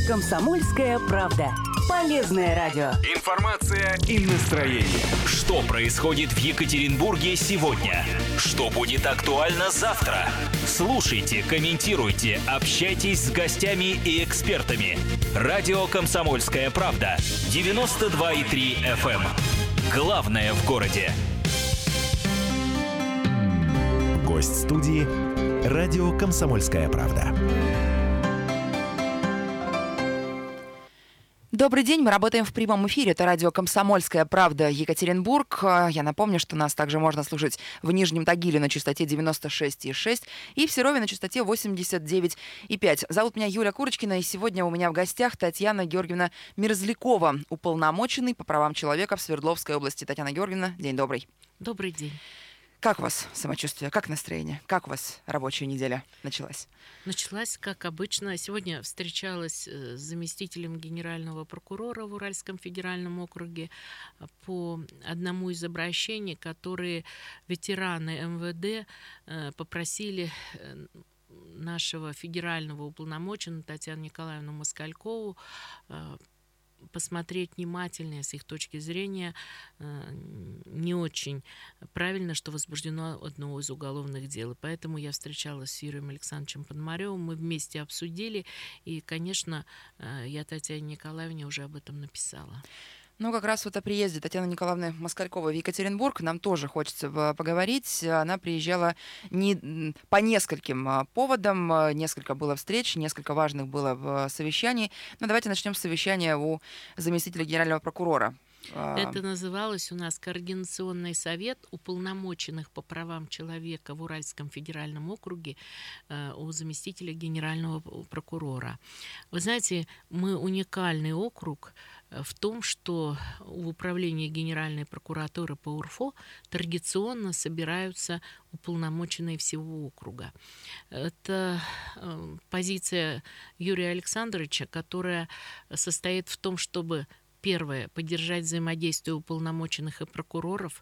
Комсомольская правда. Полезное радио. Информация и настроение. Что происходит в Екатеринбурге сегодня? Что будет актуально завтра? Слушайте, комментируйте, общайтесь с гостями и экспертами. Радио «Комсомольская правда». 92,3 FM. Главное в городе. Гость студии «Радио Комсомольская правда». Добрый день, мы работаем в прямом эфире. Это радио «Комсомольская правда» Екатеринбург. Я напомню, что нас также можно слушать в Нижнем Тагиле на частоте 96,6 и в Серове на частоте 89,5. Зовут меня Юлия Курочкина, и сегодня у меня в гостях Татьяна Георгиевна Мерзлякова, уполномоченный по правам человека в Свердловской области. Татьяна Георгиевна, день добрый. Добрый день. Как у вас самочувствие, как настроение? Как у вас рабочая неделя началась? Началась, как обычно. Сегодня встречалась с заместителем генерального прокурора в Уральском федеральном округе по одному из обращений, которые ветераны МВД попросили нашего федерального уполномоченного Татьяну Николаевну Москалькову посмотреть внимательно, с их точки зрения, не очень правильно, что возбуждено одно из уголовных дел. И поэтому я встречалась с Юрием Александровичем Пономаревым, мы вместе обсудили, и, конечно, я Татьяне Николаевне уже об этом написала. Ну, как раз вот о приезде Татьяны Николаевны Москальковой в Екатеринбург нам тоже хочется поговорить. Она приезжала по нескольким поводам, несколько было встреч, несколько важных было совещаний. Но давайте начнем с совещания у заместителя генерального прокурора. Это называлось у нас Координационный совет уполномоченных по правам человека в Уральском федеральном округе у заместителя генерального прокурора. Вы знаете, мы уникальный округ в том, что в управлении Генеральной прокуратуры по УРФО традиционно собираются уполномоченные всего округа. Это позиция Юрия Александровича, которая состоит в том, чтобы первое, поддержать взаимодействие уполномоченных и прокуроров.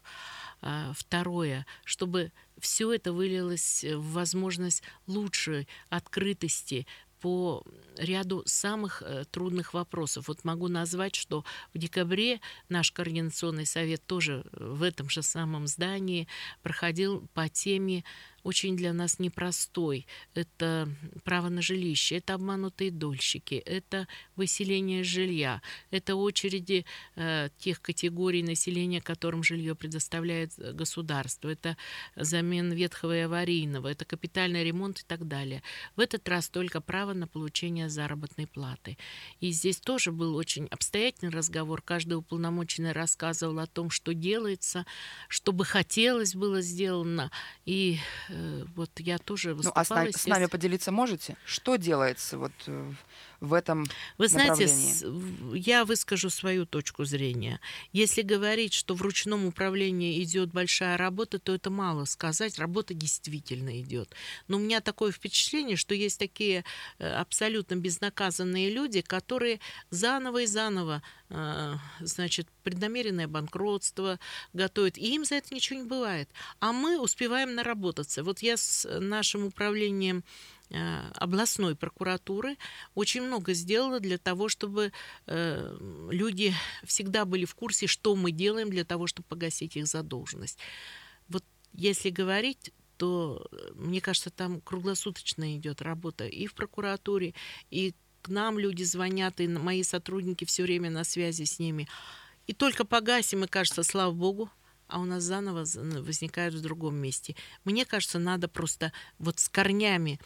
Второе, чтобы все это вылилось в возможность лучшей открытости по ряду самых трудных вопросов. Вот могу назвать, что в декабре наш Координационный совет тоже в этом же самом здании проходил по теме очень для нас непростой. Это право на жилище, это обманутые дольщики, это выселение жилья, это очереди тех категорий населения, которым жилье предоставляет государство, это замена ветхого и аварийного, это капитальный ремонт и так далее. В этот раз только право на получение заработной платы. И здесь тоже был очень обстоятельный разговор. Каждый уполномоченный рассказывал о том, что делается, что бы хотелось было сделано. И вот я тоже выступала. Ну, а с нами поделиться можете? Что делается вот в этом направлении? Вы знаете, я выскажу свою точку зрения. Если говорить, что в ручном управлении идет большая работа, то это мало сказать. Работа действительно идет. Но у меня такое впечатление, что есть такие абсолютно безнаказанные люди, которые заново и заново, значит, преднамеренное банкротство готовят, и им за это ничего не бывает. А мы успеваем наработаться. Вот я с нашим управлением областной прокуратуры очень много сделала для того, чтобы люди всегда были в курсе, что мы делаем для того, чтобы погасить их задолженность. Вот если говорить, то, мне кажется, там круглосуточно идет работа и в прокуратуре, и к нам люди звонят, и мои сотрудники все время на связи с ними. И только погасим, и кажется, слава богу, а у нас заново возникают в другом месте. Мне кажется, надо просто вот с корнями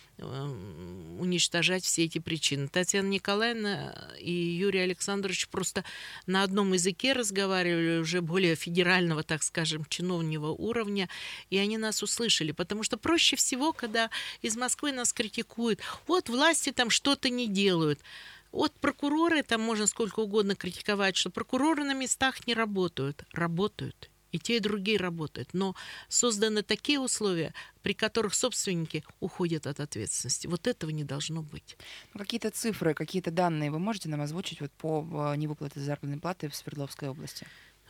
уничтожать все эти причины. Татьяна Николаевна и Юрий Александрович просто на одном языке разговаривали, уже более федерального, так скажем, чиновнего уровня, и они нас услышали. Потому что проще всего, когда из Москвы нас критикуют, вот власти там что-то не делают. Вот прокуроры, там можно сколько угодно критиковать, что прокуроры на местах не работают. Работают. И те, и другие работают. Но созданы такие условия, при которых собственники уходят от ответственности. Вот этого не должно быть. Какие-то цифры, какие-то данные вы можете нам озвучить вот по невыплате заработной платы в Свердловской области?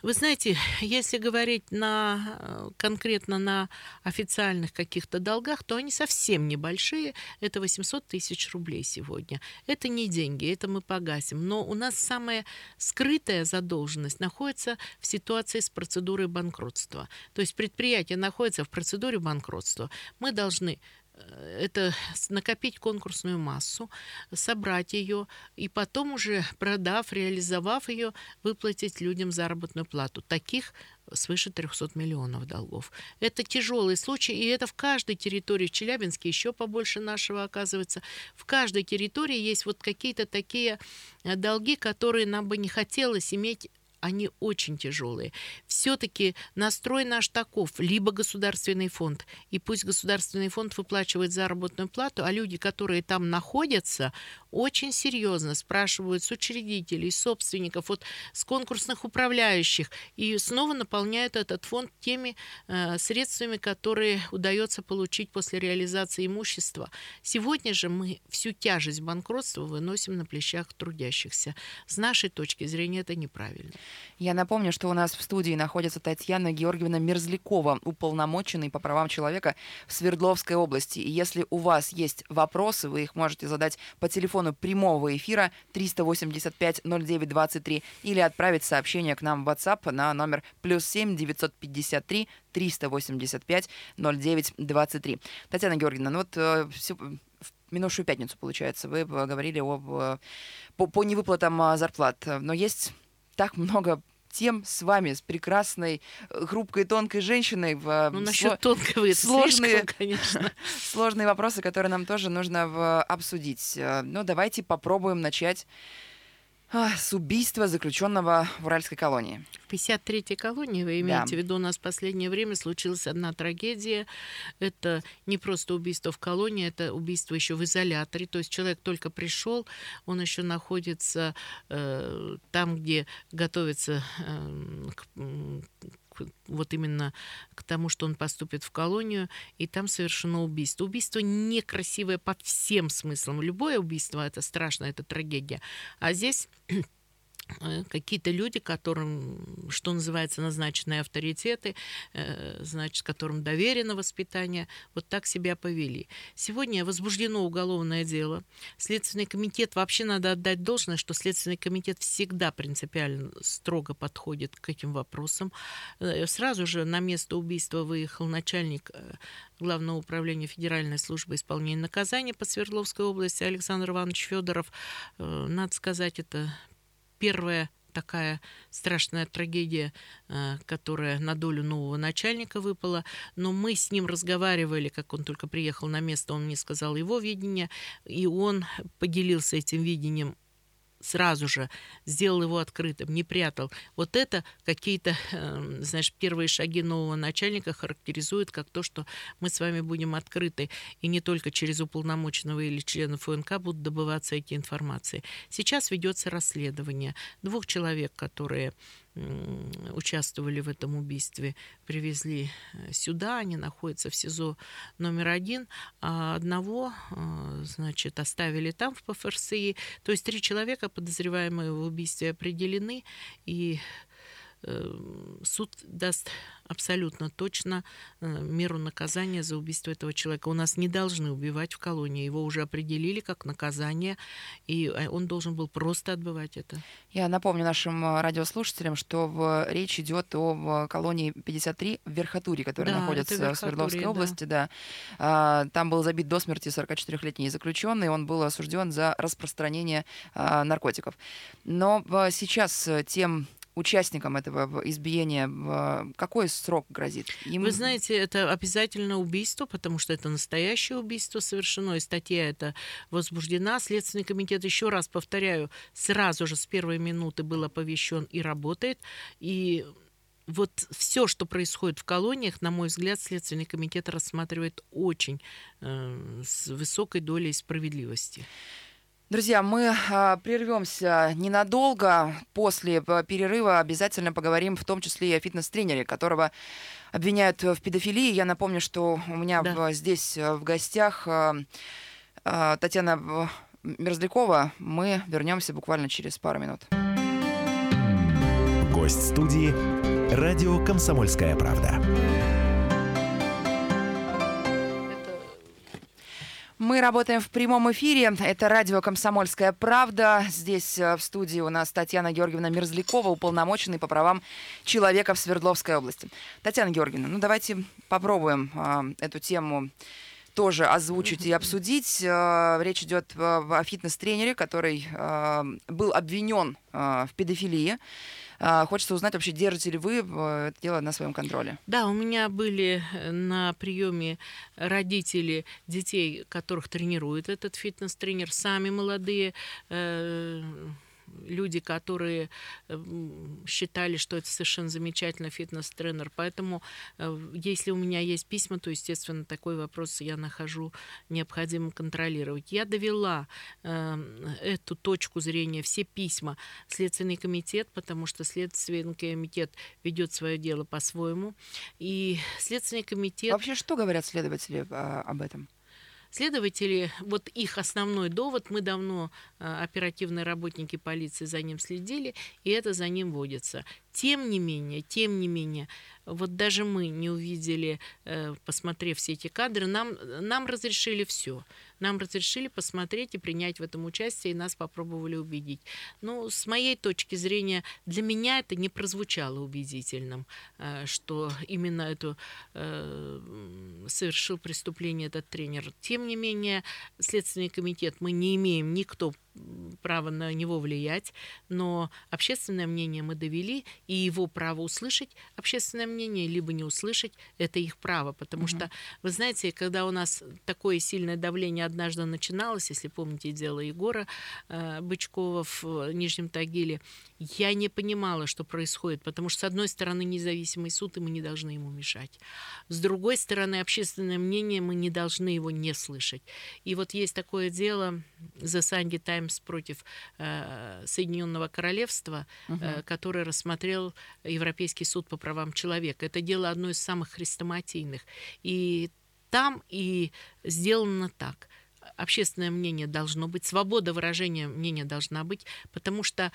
Вы знаете, если говорить конкретно на официальных каких-то долгах, то они совсем небольшие. Это 800 тысяч рублей сегодня. Это не деньги, это мы погасим. Но у нас самая скрытая задолженность находится в ситуации с процедурой банкротства. То есть предприятие находится в процедуре банкротства. Мы должны это накопить конкурсную массу, собрать ее и потом уже, продав, реализовав ее, выплатить людям заработную плату. Таких свыше 300 миллионов долгов. Это тяжелый случай, и это в каждой территории. В Челябинске еще побольше нашего оказывается. В каждой территории есть вот какие-то такие долги, которые нам бы не хотелось иметь. Они очень тяжелые. Все-таки настрой наш таков. Либо государственный фонд, и пусть государственный фонд выплачивает заработную плату, а люди, которые там находятся, очень серьезно спрашивают с учредителей, собственников, вот, с конкурсных управляющих, и снова наполняют этот фонд теми средствами, которые удается получить после реализации имущества. Сегодня же мы всю тяжесть банкротства выносим на плечах трудящихся. С нашей точки зрения это неправильно. Я напомню, что у нас в студии находится Татьяна Георгиевна Мерзлякова, уполномоченный по правам человека в Свердловской области. И если у вас есть вопросы, вы их можете задать по телефону прямого эфира 385-09-23 или отправить сообщение к нам в WhatsApp на номер +7 953 385 09-23. Татьяна Георгиевна, ну вот в минувшую пятницу, получается, вы говорили по невыплатам зарплат, но есть так много тем с вами, с прекрасной, хрупкой, тонкой женщиной. Насчет тонкого это слишком, конечно. Сложные вопросы, которые нам тоже нужно обсудить. Но давайте попробуем начать с убийства заключенного в Уральской колонии. В 53-й колонии, вы имеете в виду, у нас в последнее время случилась одна трагедия. Это не просто убийство в колонии, это убийство еще в изоляторе. То есть человек только пришел, он еще находится там, где готовится вот именно к тому, что он поступит в колонию, и там совершено убийство. Убийство некрасивое по всем смыслам. Любое убийство — это страшно, это трагедия. А здесь какие-то люди, которым, что называется, назначенные авторитеты, значит, которым доверено воспитание, вот так себя повели. Сегодня возбуждено уголовное дело. Следственный комитет, вообще надо отдать должное, что Следственный комитет всегда принципиально строго подходит к этим вопросам. Сразу же на место убийства выехал начальник Главного управления Федеральной службы исполнения наказаний по Свердловской области Александр Иванович Федоров. Надо сказать, это первая такая страшная трагедия, которая на долю нового начальника выпала. Но мы с ним разговаривали, как он только приехал на место, он мне сказал его видение, и он поделился этим видением сразу же, сделал его открытым, не прятал. Вот это какие-то, знаешь, первые шаги нового начальника характеризуют как то, что мы с вами будем открыты, и не только через уполномоченного или членов УНК будут добываться эти информации. Сейчас ведется расследование. 2 человек, которые участвовали в этом убийстве, привезли сюда, они находятся в СИЗО номер 1, а одного, значит, оставили там в ПФРСИ. То есть 3 человека, подозреваемые в убийстве, определены, и суд даст абсолютно точно меру наказания за убийство этого человека. У нас не должны убивать в колонии. Его уже определили как наказание, и он должен был просто отбывать это. Я напомню нашим радиослушателям, что речь идет о колонии 53 в Верхотурье, которая находится в Свердловской области. Да. Там был забит до смерти 44-летний заключенный, он был осужден за распространение наркотиков. Но сейчас тем участникам этого избиения какой срок грозит? Вы знаете, это обязательно убийство, потому что это настоящее убийство совершено, и статья эта возбуждена. Следственный комитет, еще раз повторяю, сразу же с первой минуты был оповещен и работает. И вот все, что происходит в колониях, на мой взгляд, Следственный комитет рассматривает очень с высокой долей справедливости. Друзья, мы прервемся ненадолго. После перерыва обязательно поговорим в том числе и о фитнес-тренере, которого обвиняют в педофилии. Я напомню, что у меня здесь в гостях Татьяна Мерзлякова. Мы вернемся буквально через пару минут. Гость студии – радио «Комсомольская правда». Мы работаем в прямом эфире. Это радио «Комсомольская правда». Здесь в студии у нас Татьяна Георгиевна Мерзлякова, уполномоченный по правам человека в Свердловской области. Татьяна Георгиевна, давайте попробуем эту тему тоже озвучить и обсудить. Речь идет о фитнес-тренере, который был обвинен в педофилии. Хочется узнать, вообще держите ли вы это дело на своем контроле? Да, у меня были на приеме родители детей, которых тренирует этот фитнес-тренер, сами молодые люди, которые считали, что это совершенно замечательный фитнес-тренер. Поэтому, если у меня есть письма, то, естественно, такой вопрос я нахожу необходимым контролировать. Я довела эту точку зрения, все письма в Следственный комитет, потому что Следственный комитет ведет свое дело по-своему. И Следственный комитет... Вообще, что говорят следователи об этом? Следователи, вот их основной довод, мы давно, оперативные работники полиции, за ним следили, и это за ним водится. Тем не менее, вот даже мы не увидели, посмотрев все эти кадры, нам разрешили все. Нам разрешили посмотреть и принять в этом участие, и нас попробовали убедить. Но с моей точки зрения, для меня это не прозвучало убедительным, что именно это совершил преступление этот тренер. Тем не менее, Следственный комитет, мы не имеем никто права на него влиять, но общественное мнение мы довели, и его право услышать общественное мнение, либо не услышать, это их право, потому что, вы знаете, когда у нас такое сильное давление однажды начиналось, если помните дело Егора Бычкова в Нижнем Тагиле, я не понимала, что происходит, потому что, с одной стороны, независимый суд, и мы не должны ему мешать. С другой стороны, общественное мнение, мы не должны его не слышать. И вот есть такое дело The Sunday Times против Соединенного Королевства, который рассмотрел Европейский суд по правам человека. Это дело одно из самых хрестоматийных. И там и сделано так. Общественное мнение должно быть, свобода выражения мнения должна быть, потому что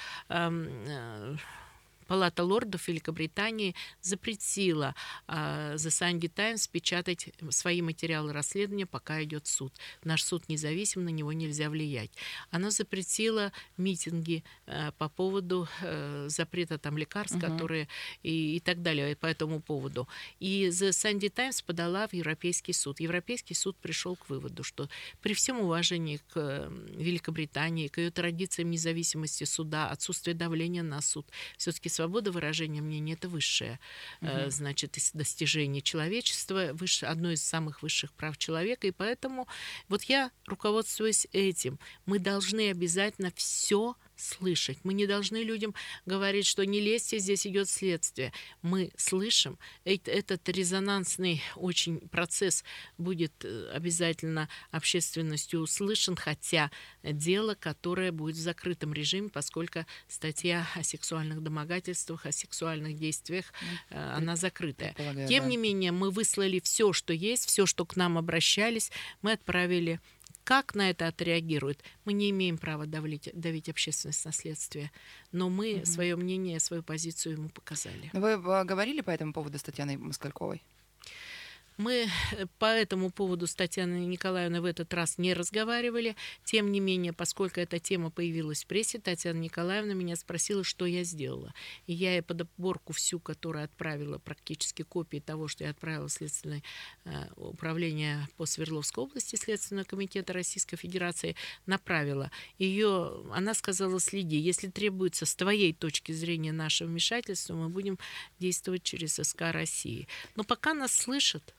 Палата лордов Великобритании запретила The Sunday Times печатать свои материалы расследования, пока идет суд. Наш суд независим, на него нельзя влиять. Она запретила митинги по поводу запрета там лекарств, которые и так далее по этому поводу. И The Sunday Times подала в Европейский суд. Европейский суд пришел к выводу, что при всем уважении к Великобритании, к ее традициям независимости суда, отсутствие давления на суд, все-таки свобода выражения мнения – это высшее, значит, достижение человечества, одно из самых высших прав человека. И поэтому вот я руководствуюсь этим. Мы должны обязательно все слышать. Мы не должны людям говорить, что не лезьте, здесь идет следствие. Мы слышим. Этот резонансный очень процесс будет обязательно общественностью услышан, хотя дело, которое будет в закрытом режиме, поскольку статья о сексуальных домогательствах, о сексуальных действиях, она закрытая. Тем не менее, мы выслали все, что есть, все, что к нам обращались, мы отправили. Как на это отреагируют? Мы не имеем права давить общественность на следствие, но мы свое мнение, свою позицию ему показали. Вы говорили по этому поводу с Татьяной Москальковой? Мы по этому поводу с Татьяной Николаевной в этот раз не разговаривали. Тем не менее, поскольку эта тема появилась в прессе, Татьяна Николаевна меня спросила, что я сделала. И я ей подборку всю, которую отправила, практически копии того, что я отправила в Следственное управление по Свердловской области Следственного комитета Российской Федерации, направила. Она сказала: следи, если требуется с твоей точки зрения наше вмешательство, мы будем действовать через СК России. Но пока нас слышат.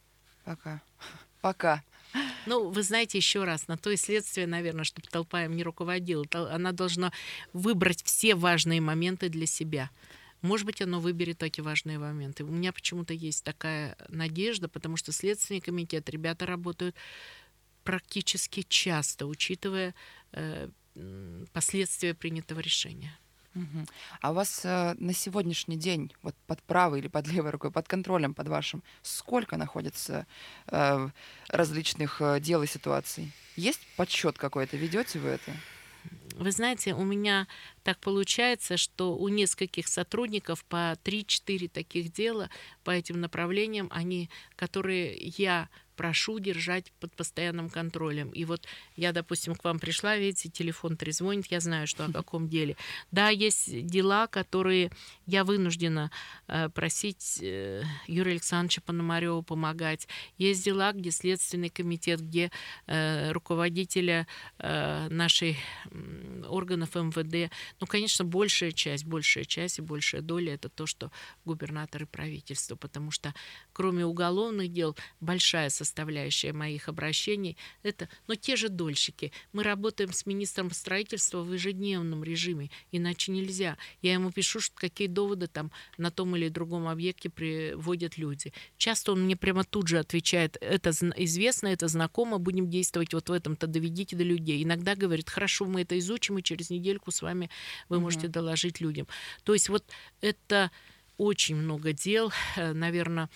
Пока. Ну, вы знаете, еще раз, на то и следствие, наверное, чтобы толпа им не руководила. Она должна выбрать все важные моменты для себя. Может быть, оно выберет эти важные моменты. У меня почему-то есть такая надежда, потому что Следственный комитет, ребята работают практически часто, учитывая последствия принятого решения. А у вас на сегодняшний день, вот под правой или под левой рукой, под контролем, под вашим, сколько находится различных дел и ситуаций? Есть подсчет какой-то? Ведете вы это? Вы знаете, у меня так получается, что у нескольких сотрудников по 3-4 таких дела по этим направлениям, которые я прошу держать под постоянным контролем. И вот я, допустим, к вам пришла, видите, телефон трезвонит, я знаю, что о каком деле. Да, есть дела, которые я вынуждена просить Юрия Александровича Пономарева помогать. Есть дела, где Следственный комитет, где руководителя нашей органов МВД. Ну, конечно, большая часть и большая доля — это то, что губернатор и правительство, потому что кроме уголовных дел большая составляющая моих обращений — это, те же дольщики. Мы работаем с министром строительства в ежедневном режиме, иначе нельзя. Я ему пишу, что какие доводы там на том или другом объекте приводят люди. Часто он мне прямо тут же отвечает: это известно, это знакомо, будем действовать вот в этом-то, доведите до людей. Иногда говорит: хорошо, мы это изучим, и через недельку с вами вы можете доложить людям. То есть вот это очень много дел, наверное,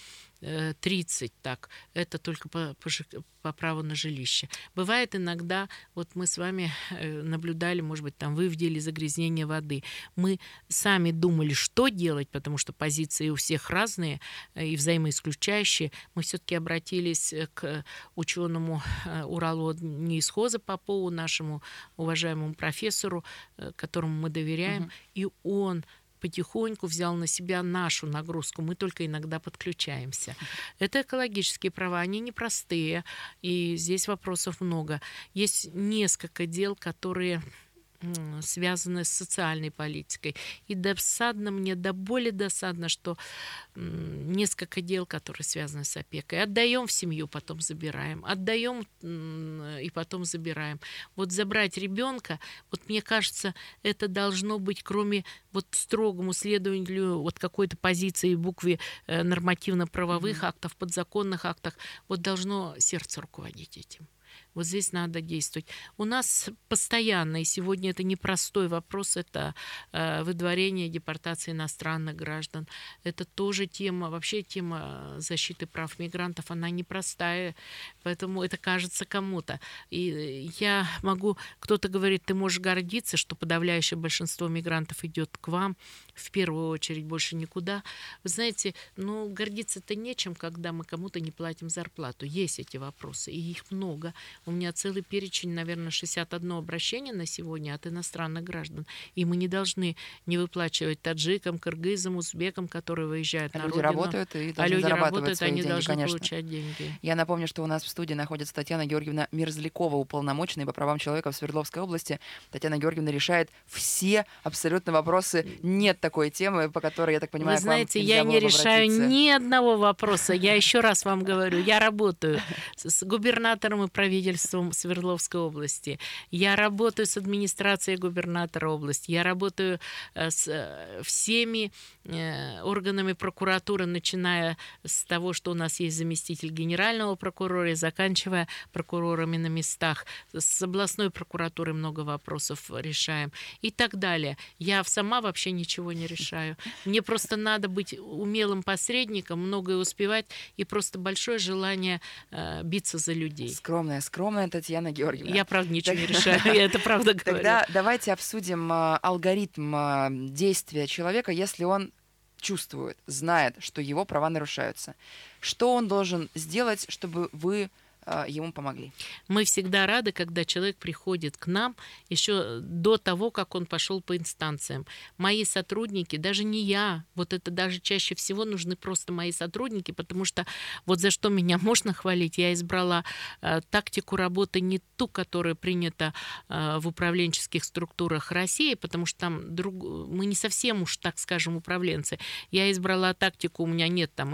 30 так. Это только по праву на жилище. Бывает иногда, вот мы с вами наблюдали, может быть, там вы в деле загрязнения воды. Мы сами думали, что делать, потому что позиции у всех разные и взаимоисключающие. Мы все-таки обратились к ученому урологии Попову, нашему уважаемому профессору, которому мы доверяем, и он потихоньку взял на себя нашу нагрузку. Мы только иногда подключаемся. Это экологические права, они непростые, и здесь вопросов много. Есть несколько дел, которые связаны с социальной политикой. И досадно мне, до боли досадно, что несколько дел, которые связаны с опекой. Отдаем в семью, потом забираем. Отдаем и потом забираем. Вот забрать ребенка, вот мне кажется, это должно быть, кроме вот строгому следованию вот какой-то позиции, букве нормативно-правовых актов, подзаконных актах, вот должно сердце руководить этим. Вот здесь надо действовать. У нас постоянно, и сегодня это непростой вопрос, это выдворение, депортация иностранных граждан. Это тоже тема, вообще тема защиты прав мигрантов, она непростая, поэтому это кажется кому-то. И я могу, кто-то говорит, ты можешь гордиться, что подавляющее большинство мигрантов идет к вам, в первую очередь, больше никуда. Вы знаете, гордиться-то нечем, когда мы кому-то не платим зарплату. Есть эти вопросы, и их много. У меня целый перечень, наверное, 61 обращение на сегодня от иностранных граждан. И мы не должны не выплачивать таджикам, кыргызам, узбекам, которые выезжают на родину. Люди работают и должны зарабатывать свои деньги, должны конечно. получать деньги. Я напомню, что у нас в студии находится Татьяна Георгиевна Мерзлякова, уполномоченная по правам человека в Свердловской области. Татьяна Георгиевна решает все абсолютно вопросы. Нет такой темы, по которой, я так понимаю, вы знаете, к вам я не решаю обратиться. ни одного вопроса. Я еще раз вам говорю, я работаю с губернатором и правительством Свердловской области. Я работаю с администрацией губернатора области. Я работаю с всеми органами прокуратуры, начиная с того, что у нас есть заместитель генерального прокурора, и заканчивая прокурорами на местах. С областной прокуратурой много вопросов решаем и так далее. Я сама вообще ничего не решаю. Мне просто надо быть умелым посредником, многое успевать и просто большое желание биться за людей. Скромная Татьяна Георгиевна. Я, правда, ничего не решаю, я это правда говорю. Тогда давайте обсудим алгоритм действия человека, если он чувствует, знает, что его права нарушаются. Что он должен сделать, чтобы вы ему помогли? Мы всегда рады, когда человек приходит к нам еще до того, как он пошел по инстанциям. Мои сотрудники, даже не я, вот это даже чаще всего нужны просто мои сотрудники, потому что вот за что меня можно хвалить, я избрала тактику работы не ту, которая принята в управленческих структурах России, потому что там мы не совсем уж, так скажем, управленцы. Я избрала тактику, у меня нет там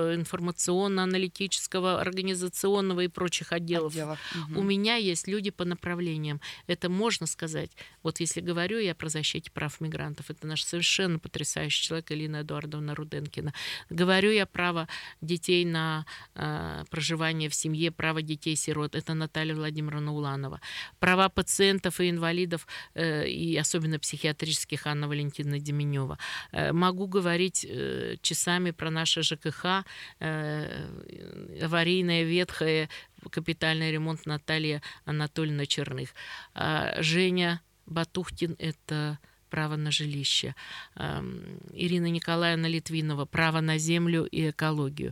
информационно-аналитического, организационного и прочих отделов. У меня есть люди по направлениям. Это можно сказать. Вот если говорю я про защиту прав мигрантов, это наш совершенно потрясающий человек Элина Эдуардовна Руденкина. Говорю я право детей на проживание в семье, право детей-сирот. Это Наталья Владимировна Уланова. Права пациентов и инвалидов, и особенно психиатрических, Анна Валентиновна Деменева. Могу говорить часами про наше ЖКХ, аварийное, ветхое, капитальный ремонт Наталья Анатольевна Черных. Женя Батухтин – это право на жилище. Ирина Николаевна Литвинова – право на землю и экологию.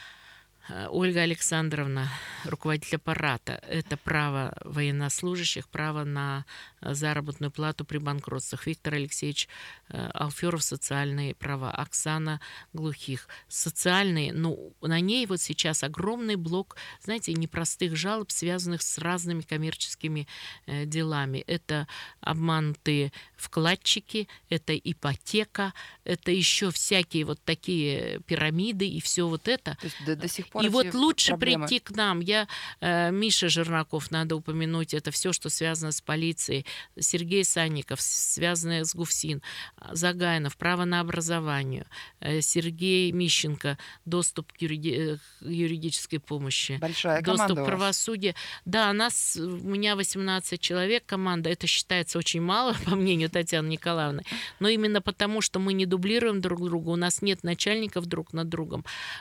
Ольга Александровна, руководитель аппарата, это право военнослужащих, право на заработную плату при банкротствах. Виктор Алексеевич Алферов, социальные права. Оксана Глухих, социальные. Ну, на ней вот сейчас огромный блок, знаете, непростых жалоб, связанных с разными коммерческими делами. Это обманутые вкладчики, это ипотека, это еще всякие вот такие пирамиды и все вот это. То есть до сих пор и вот лучше проблемы. прийти к нам. Миша Жернаков, надо упомянуть, это все, что связано с полицией. Сергей Санников, связанное с ГУФСИН. Загайнов, право на образование. Сергей Мищенко, доступ к юридической помощи. Большая доступ команда к правосудию. Да, у меня 18 человек, команда. Это считается очень мало, по мнению Татьяны Николаевны. Но именно потому, что мы не дублируем друг друга, у нас нет начальников друг над другом.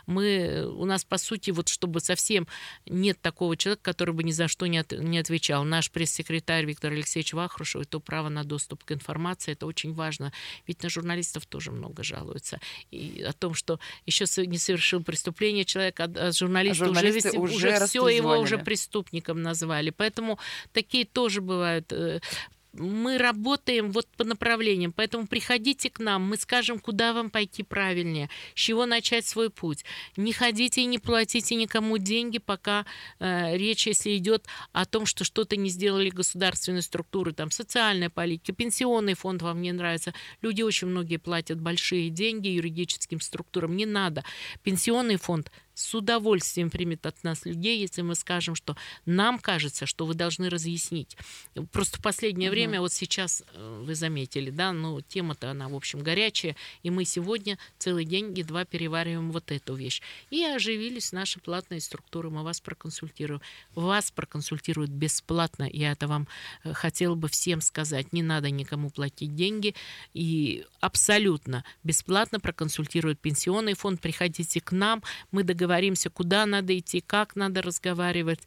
У нас, по сути, вот чтобы совсем нет такого человека, который бы ни за что не отвечал. Наш пресс-секретарь Виктор Алексеевич Вахрушев, это право на доступ к информации, это очень важно. Ведь на журналистов тоже много жалуются. И о том, что еще не совершил преступление человек, а журналисты уже все, его уже преступником назвали. Поэтому такие тоже бывают. Мы работаем вот по направлениям, поэтому приходите к нам, мы скажем, куда вам пойти правильнее, с чего начать свой путь. Не ходите и не платите никому деньги, пока речь, если идет о том, что что-то не сделали государственные структуры, там социальная политика, пенсионный фонд вам не нравится. Люди очень многие платят большие деньги юридическим структурам. Не надо. Пенсионный фонд с удовольствием примет от нас людей, если мы скажем, что нам кажется, что вы должны разъяснить. Просто в последнее время, вот сейчас вы заметили, да, ну, тема-то она, в общем, горячая, и мы сегодня целый день едва перевариваем вот эту вещь. И оживились наши платные структуры, мы вас проконсультируем. Вас проконсультируют бесплатно, я это вам хотела бы всем сказать. Не надо никому платить деньги, и абсолютно бесплатно проконсультирует пенсионный фонд. Приходите к нам, мы договоримся, куда надо идти, как надо разговаривать,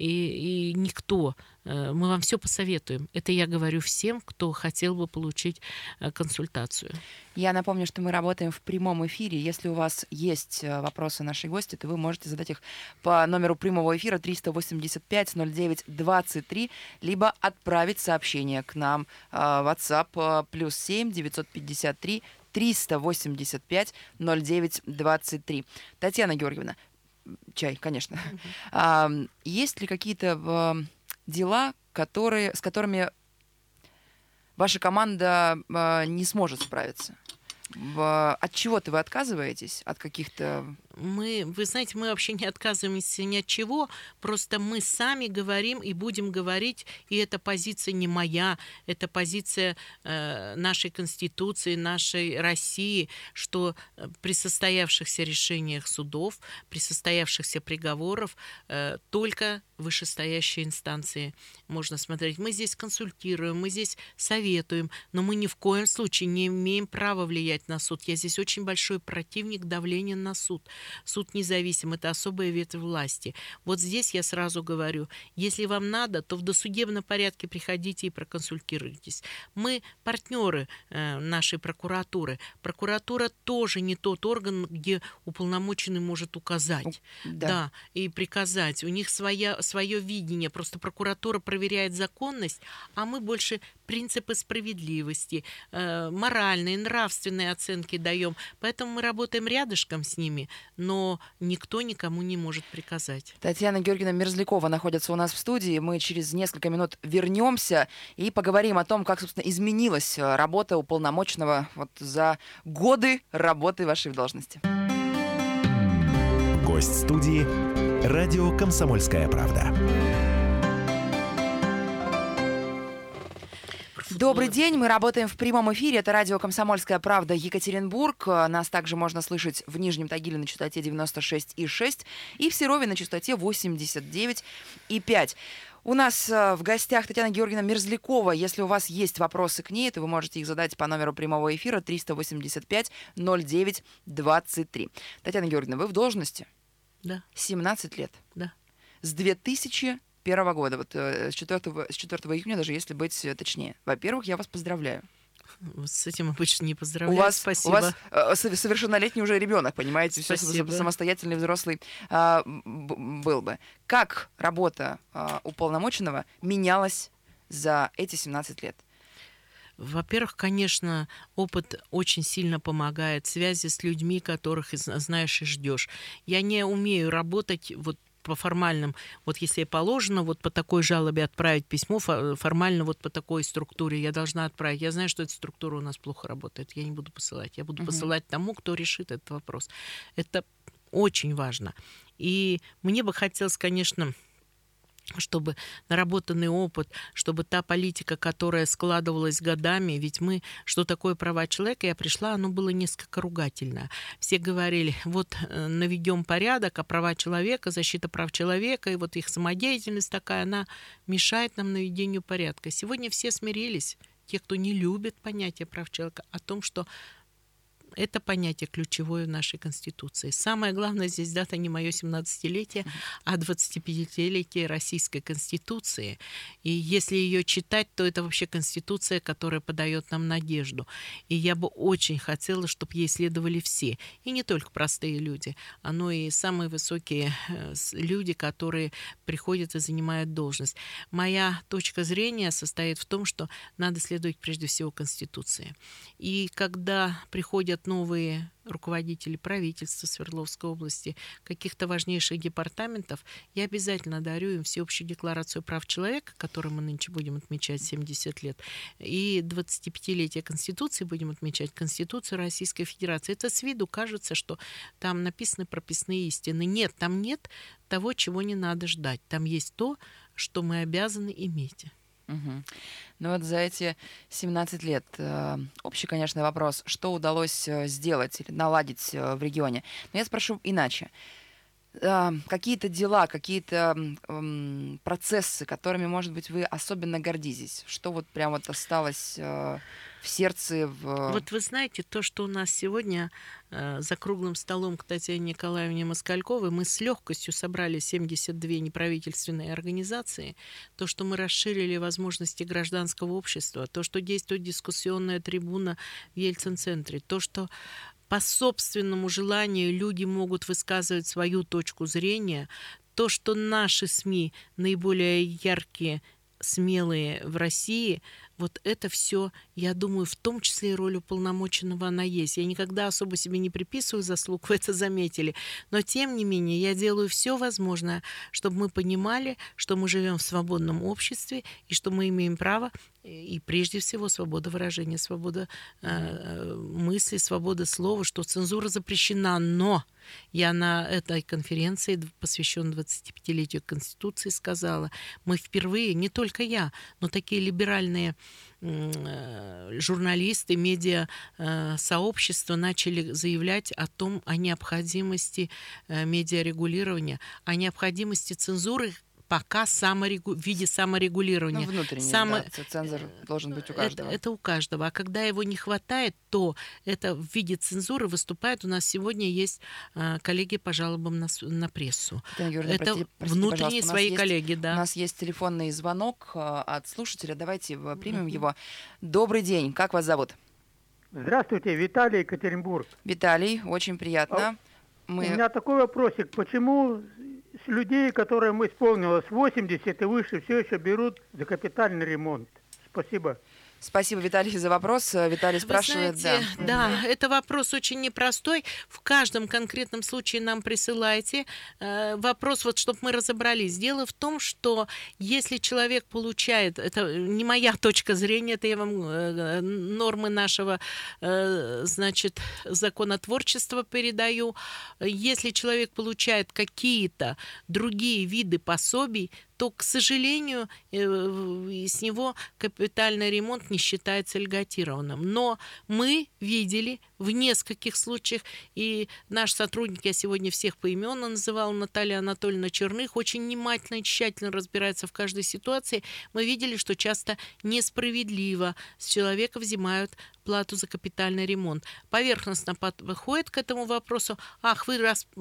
и никто. Мы вам все посоветуем. Это я говорю всем, кто хотел бы получить консультацию. Я напомню, что мы работаем в прямом эфире. Если у вас есть вопросы нашей гости, то вы можете задать их по номеру прямого эфира 385-09-23, либо отправить сообщение к нам в WhatsApp +7 953 385 0923. Татьяна Георгиевна, чай, конечно. Есть ли какие-то дела, с которыми ваша команда не сможет справиться? От чего-то вы отказываетесь? От каких-то... Вы знаете, мы вообще не отказываемся ни от чего, просто мы сами говорим и будем говорить, и эта позиция не моя, это позиция нашей Конституции, нашей России, что при состоявшихся решениях судов, при состоявшихся приговорах только вышестоящие инстанции можно смотреть. Мы здесь консультируем, мы здесь советуем, но мы ни в коем случае не имеем права влиять на суд. Я здесь очень большой противник давления на суд. Суд независим, это особая ветвь власти. Вот здесь я сразу говорю, если вам надо, то в досудебном порядке приходите и проконсультируйтесь. Мы партнеры нашей прокуратуры. Прокуратура тоже не тот орган, где уполномоченный может указать, да, и приказать. У них свое видение. Просто прокуратура проверяет законность, а мы больше принципы справедливости, моральные, нравственные оценки даем. Поэтому мы работаем рядышком с ними, но никто никому не может приказать. Татьяна Георгиевна Мерзлякова находится у нас в студии. Мы через несколько минут вернемся и поговорим о том, как, собственно, изменилась работа уполномоченного вот за годы работы вашей в должности. Гость студии «Радио Комсомольская правда». Добрый день, мы работаем в прямом эфире. Это радио «Комсомольская правда» Екатеринбург. Нас также можно слышать в Нижнем Тагиле на частоте 96,6 и в Серове на частоте 89,5. У нас в гостях Татьяна Георгиевна Мерзлякова. Если у вас есть вопросы к ней, то вы можете их задать по номеру прямого эфира 385-09-23. Татьяна Георгиевна, вы в должности? Да. 17 лет? Да. С 2003 2021 года, вот с 4 июня, даже если быть точнее. Во-первых, я вас поздравляю. С этим обычно не поздравляю. Спасибо. У вас совершеннолетний уже ребенок, понимаете, все самостоятельный взрослый был бы. Как работа уполномоченного менялась за эти 17 лет? Во-первых, конечно, опыт очень сильно помогает, связи с людьми, которых знаешь и ждешь. Я не умею работать вот по формальным, вот если положено вот по такой жалобе отправить письмо, формально вот по такой структуре я должна отправить. Я знаю, что эта структура у нас плохо работает, я не буду посылать. Я буду посылать тому, кто решит этот вопрос. Это очень важно. И мне бы хотелось, конечно, чтобы наработанный опыт, чтобы та политика, которая складывалась годами, ведь мы, что такое права человека, я пришла, оно было несколько ругательно. Все говорили, вот наведем порядок, а права человека, защита прав человека, и вот их самодеятельность такая, она мешает нам наведению порядка. Сегодня все смирились, те, кто не любит понятие прав человека, о том, что это понятие ключевое в нашей Конституции. Самое главное здесь дата не мое 17-летие, а 25-летие Российской Конституции. И если ее читать, то это вообще Конституция, которая подает нам надежду. И я бы очень хотела, чтобы ей следовали все. И не только простые люди, но и самые высокие люди, которые приходят и занимают должность. Моя точка зрения состоит в том, что надо следовать прежде всего Конституции. И когда приходят новые руководители правительства Свердловской области, каких-то важнейших департаментов, я обязательно дарю им всеобщую декларацию прав человека, которую мы нынче будем отмечать 70 лет, и 25-летие Конституции будем отмечать, Конституцию Российской Федерации. Это с виду кажется, что там написаны прописные истины. Нет, там нет того, чего не надо ждать. Там есть то, что мы обязаны иметь. Угу. Ну вот за эти 17 лет общий, конечно, вопрос, что удалось сделать или наладить в регионе. Но я спрошу иначе. Какие-то дела, какие-то процессы, которыми, может быть, вы особенно гордитесь? Что вот прям вот осталось в сердце? Вот вы знаете, то, что у нас сегодня за круглым столом к Татьяне Николаевне Москальковой, мы с легкостью собрали 72 неправительственные организации, то, что мы расширили возможности гражданского общества, то, что действует дискуссионная трибуна в Ельцин-центре, то, что по собственному желанию люди могут высказывать свою точку зрения, то, что наши СМИ наиболее яркие, смелые в России, вот это все, я думаю, в том числе и роль уполномоченного она есть. Я никогда особо себе не приписываю заслуг, вы это заметили, но тем не менее я делаю все возможное, чтобы мы понимали, что мы живем в свободном обществе и что мы имеем право, и прежде всего свобода выражения, свобода мысли, свобода слова, что цензура запрещена, но я на этой конференции, посвященной 25-летию Конституции, сказала, мы впервые, не только я, но такие либеральные журналисты, медиа сообщества начали заявлять о необходимости медиарегулирования, о необходимости цензуры пока в виде саморегулирования. Ну, внутренний, цензор должен быть у каждого. Это у каждого. А когда его не хватает, то это в виде цензуры выступает. У нас сегодня есть коллеги по жалобам на прессу. Это внутренние свои коллеги, да. У нас есть телефонный звонок от слушателя. Давайте примем его. Добрый день. Как вас зовут? Здравствуйте, Виталий, Екатеринбург. Виталий, очень приятно. У меня такой вопросик. Почему с людей, которым исполнилось 80 и выше, все еще берут за капитальный ремонт? Спасибо. Спасибо, Виталий, за вопрос. Виталий спрашивает. Вы знаете, да, это вопрос очень непростой. В каждом конкретном случае нам присылайте вопрос, вот чтобы мы разобрались. Дело в том, что если человек получает, это не моя точка зрения, это я вам нормы нашего, значит, законотворчества передаю. Если человек получает какие-то другие виды пособий, то, к сожалению, с него капитальный ремонт не считается льготированным. Но мы видели в нескольких случаях, и наш сотрудник, я сегодня всех поименно называла, Наталья Анатольевна Черных, очень внимательно и тщательно разбирается в каждой ситуации. Мы видели, что часто несправедливо с человека взимают плату за капитальный ремонт. Поверхностно подходит к этому вопросу. Ах, вы раз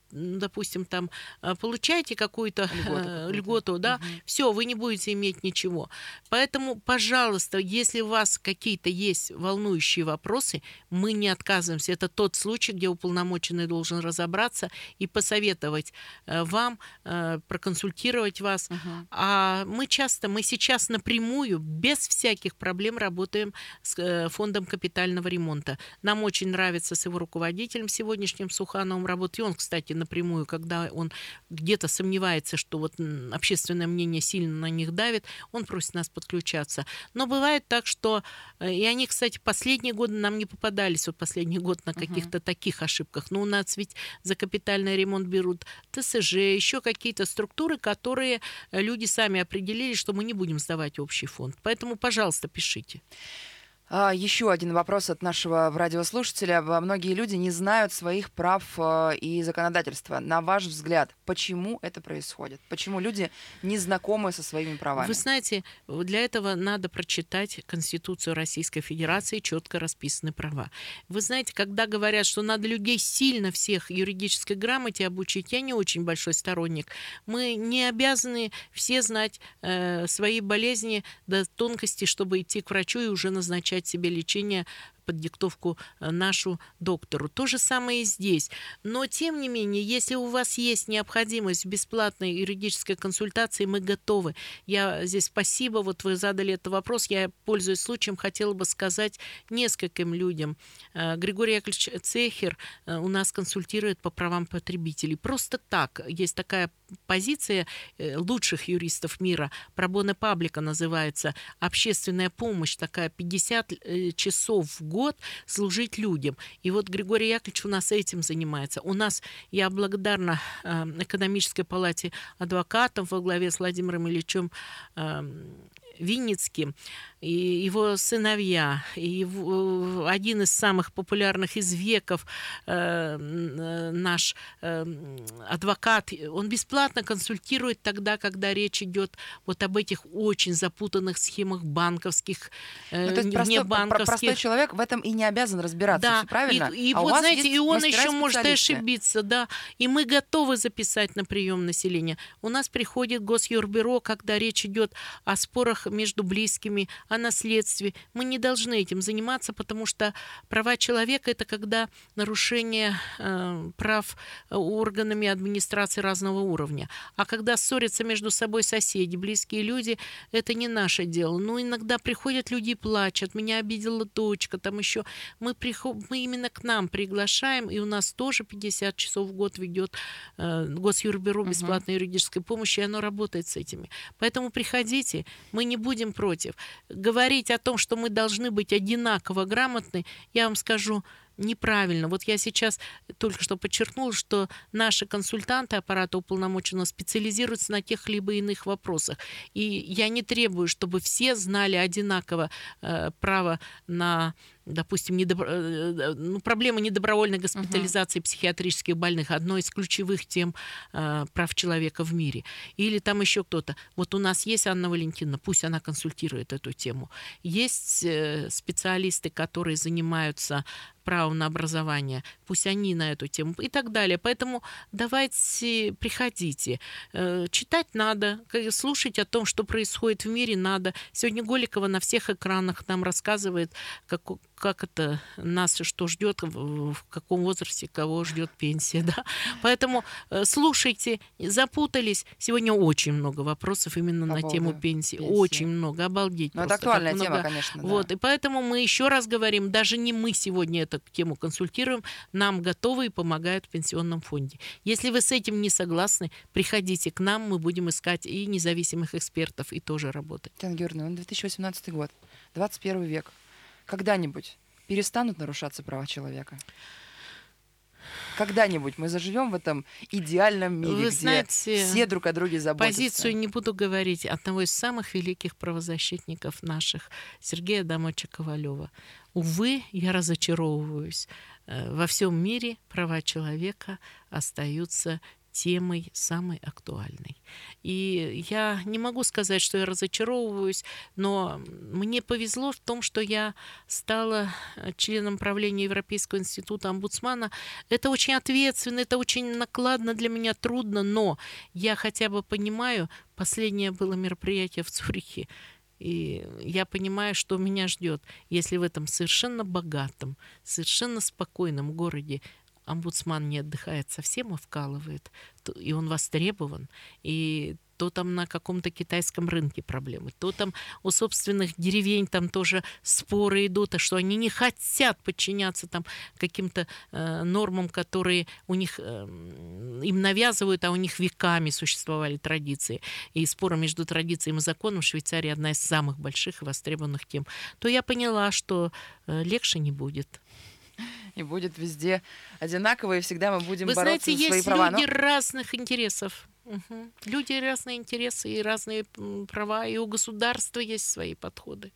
допустим, там получаете какую-то льготу, да, все, вы не будете иметь ничего. Поэтому, пожалуйста, если у вас какие-то есть волнующие вопросы, мы не отказываемся. Это тот случай, где уполномоченный должен разобраться и посоветовать вам, проконсультировать вас. А мы сейчас напрямую, без всяких проблем работаем с фондом капитального ремонта. Нам очень нравится с его руководителем сегодняшним Сухановым работать. И он, кстати, напрямую, когда он где-то сомневается, что вот общественное мнение сильно на них давит, он просит нас подключаться. Но бывает так, что... И они, кстати, последние годы нам не попадались, вот последний год на каких-то таких ошибках. Но у нас ведь за капитальный ремонт берут ТСЖ, еще какие-то структуры, которые люди сами определили, что мы не будем сдавать общий фонд. Поэтому, пожалуйста, пишите. Еще один вопрос от нашего радиослушателя. Многие люди не знают своих прав и законодательства. На ваш взгляд, почему это происходит? Почему люди не знакомы со своими правами? Вы знаете, для этого надо прочитать Конституцию Российской Федерации, четко расписаны права. Вы знаете, когда говорят, что надо людей сильно всех юридической грамоте обучить, я не очень большой сторонник. Мы не обязаны все знать свои болезни до тонкости, чтобы идти к врачу и уже назначать себе лечение под диктовку нашу доктору. То же самое и здесь. Но, тем не менее, если у вас есть необходимость в бесплатной юридической консультации, мы готовы. Я здесь спасибо, вот вы задали этот вопрос. Я, пользуясь случаем, хотела бы сказать нескольким людям. Григорий Яковлевич Цехер у нас консультирует по правам потребителей. Просто так. Есть такая позиция лучших юристов мира. Пробоно паблика называется. Общественная помощь такая, 50 часов в год служить людям. И вот Григорий Яковлевич у нас этим занимается. У нас, я благодарна экономической палате адвокатов во главе с Владимиром Ильичем Винницким, и его сыновья, и один из самых популярных из веков наш адвокат, он бесплатно консультирует тогда, когда речь идет вот об этих очень запутанных схемах банковских, небанковских. Простой человек в этом и не обязан разбираться, да. Все правильно. И вот, знаете, и он еще может ошибиться, да. И мы готовы записать на прием населения. У нас приходит Госюрбюро, когда речь идет о спорах между близкими, о наследстве. Мы не должны этим заниматься, потому что права человека — это когда нарушение прав органами администрации разного уровня. А когда ссорятся между собой соседи, близкие люди, это не наше дело. Но иногда приходят люди и плачут. Меня обидела дочка, там еще. Мы именно к нам приглашаем, и у нас тоже 50 часов в год ведет Госюрбюро бесплатной юридической помощи, и оно работает с этими. Поэтому приходите, мы не будем против. Говорить о том, что мы должны быть одинаково грамотны, я вам скажу, неправильно. Вот я сейчас только что подчеркнула, что наши консультанты аппарата уполномоченного специализируются на тех либо иных вопросах. И я не требую, чтобы все знали одинаково право на, допустим, проблема недобровольной госпитализации психиатрических больных, одной из ключевых тем прав человека в мире. Или там еще кто-то. Вот у нас есть Анна Валентиновна, пусть она консультирует эту тему. Есть специалисты, которые занимаются правом на образование, пусть они на эту тему и так далее. Поэтому давайте, приходите. Читать надо, слушать о том, что происходит в мире, надо. Сегодня Голикова на всех экранах нам рассказывает, как это нас, что ждет, в каком возрасте кого ждет пенсия. Да? Поэтому слушайте, запутались. Сегодня очень много вопросов именно на тему пенсии. Очень много, обалдеть. Но это актуальная тема, конечно. Да. Вот, и поэтому мы еще раз говорим, даже не мы сегодня эту тему консультируем, нам готовы и помогают в пенсионном фонде. Если вы с этим не согласны, приходите к нам, мы будем искать и независимых экспертов, и тоже работать. Татьяна Георгиевна, 2018 год, 21 век. Когда-нибудь перестанут нарушаться права человека? Когда-нибудь мы заживем в этом идеальном мире, Вы где знаете, все друг о друге заботятся. Позицию не буду говорить одного из самых великих правозащитников наших, Сергея Адамовича Ковалева. Увы, я разочаровываюсь. Во всем мире права человека остаются темой самой актуальной. И я не могу сказать, что я разочаровываюсь, но мне повезло в том, что я стала членом правления Европейского института омбудсмана. Это очень ответственно, это очень накладно для меня, трудно, но я хотя бы понимаю, последнее было мероприятие в Цюрихе, и я понимаю, что меня ждет, если в этом совершенно богатом, совершенно спокойном городе омбудсман не отдыхает совсем, а вкалывает, и он востребован, и то там на каком-то китайском рынке проблемы, то там у собственных деревень там тоже споры идут, а что они не хотят подчиняться там каким-то нормам, которые у них им навязывают, а у них веками существовали традиции. И споры между традицией и законом в Швейцарии одна из самых больших и востребованных тем. То я поняла, что легче не будет. И будет везде одинаково, и всегда мы будем Вы бороться знаете, за свои есть права. люди разных интересов. Угу. Люди разные интересы и разные права, и у государства есть свои подходы.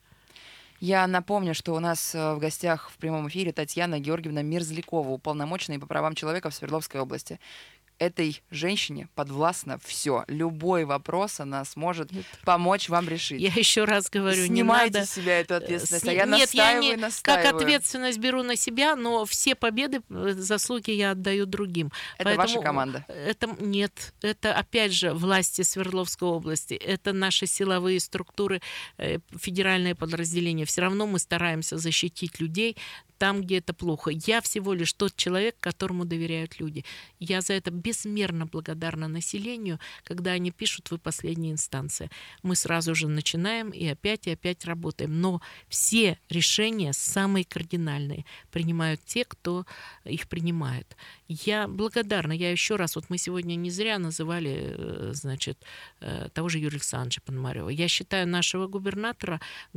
Я напомню, что у нас в гостях в прямом эфире Татьяна Георгиевна Мерзлякова, уполномоченная по правам человека в Свердловской области. Этой женщине подвластно все. Любой вопрос она сможет помочь вам решить. Я еще раз говорю, снимайте не надо... с себя эту ответственность. Нет, настаиваю, я не как ответственность беру на себя, но все победы, заслуги я отдаю другим. Это Поэтому ваша команда? Нет, это опять же власти Свердловской области, это наши силовые структуры, федеральные подразделения. Все равно мы стараемся защитить людей там, где это плохо. Я всего лишь тот человек, которому доверяют люди. Я за это безмерно благодарна населению, когда они пишут: вы последняя инстанция. Мы сразу же начинаем и опять работаем. Но все решения, самые кардинальные, принимают те, кто их принимает. Я благодарна. Я еще раз, вот мы сегодня не зря называли, значит, того же Юрия Александровича Пономарева. Я считаю нашего губернатора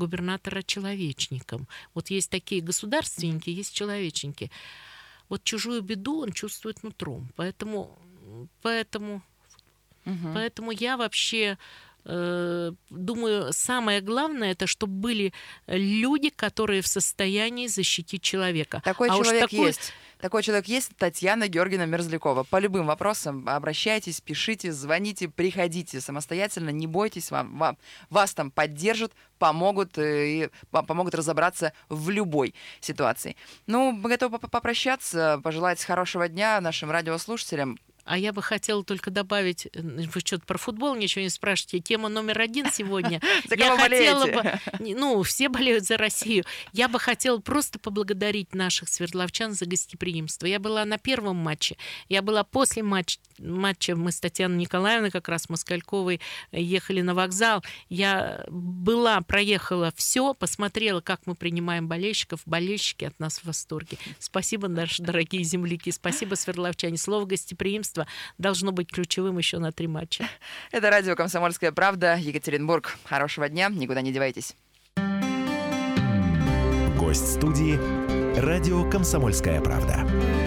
человечником. Вот есть такие государственники, есть человечники. Вот чужую беду он чувствует нутром. Поэтому я вообще думаю, самое главное, это чтобы были люди, которые в состоянии защитить человека. Такой человек есть, Татьяна Георгиевна Мерзлякова. По любым вопросам обращайтесь, пишите, звоните, приходите самостоятельно, не бойтесь, вас там поддержат, помогут и помогут разобраться в любой ситуации. Ну, мы готовы попрощаться, пожелать хорошего дня нашим радиослушателям. А я бы хотела только добавить, вы что-то про футбол ничего не спрашиваете, тема номер 1 сегодня. За кого болеете? Все болеют за Россию. Я бы хотела просто поблагодарить наших свердловчан за гостеприимство. Я была на первом матче, я была после матча, мы с Татьяной Николаевной, как раз Москальковой, ехали на вокзал. Я проехала все, посмотрела, как мы принимаем болельщиков. Болельщики от нас в восторге. Спасибо, наши дорогие земляки, спасибо, свердловчане. Слово гостеприимство должно быть ключевым еще на 3 матча. Это радио «Комсомольская правда», Екатеринбург. Хорошего дня, никуда не девайтесь. Гость студии «Радио «Комсомольская правда».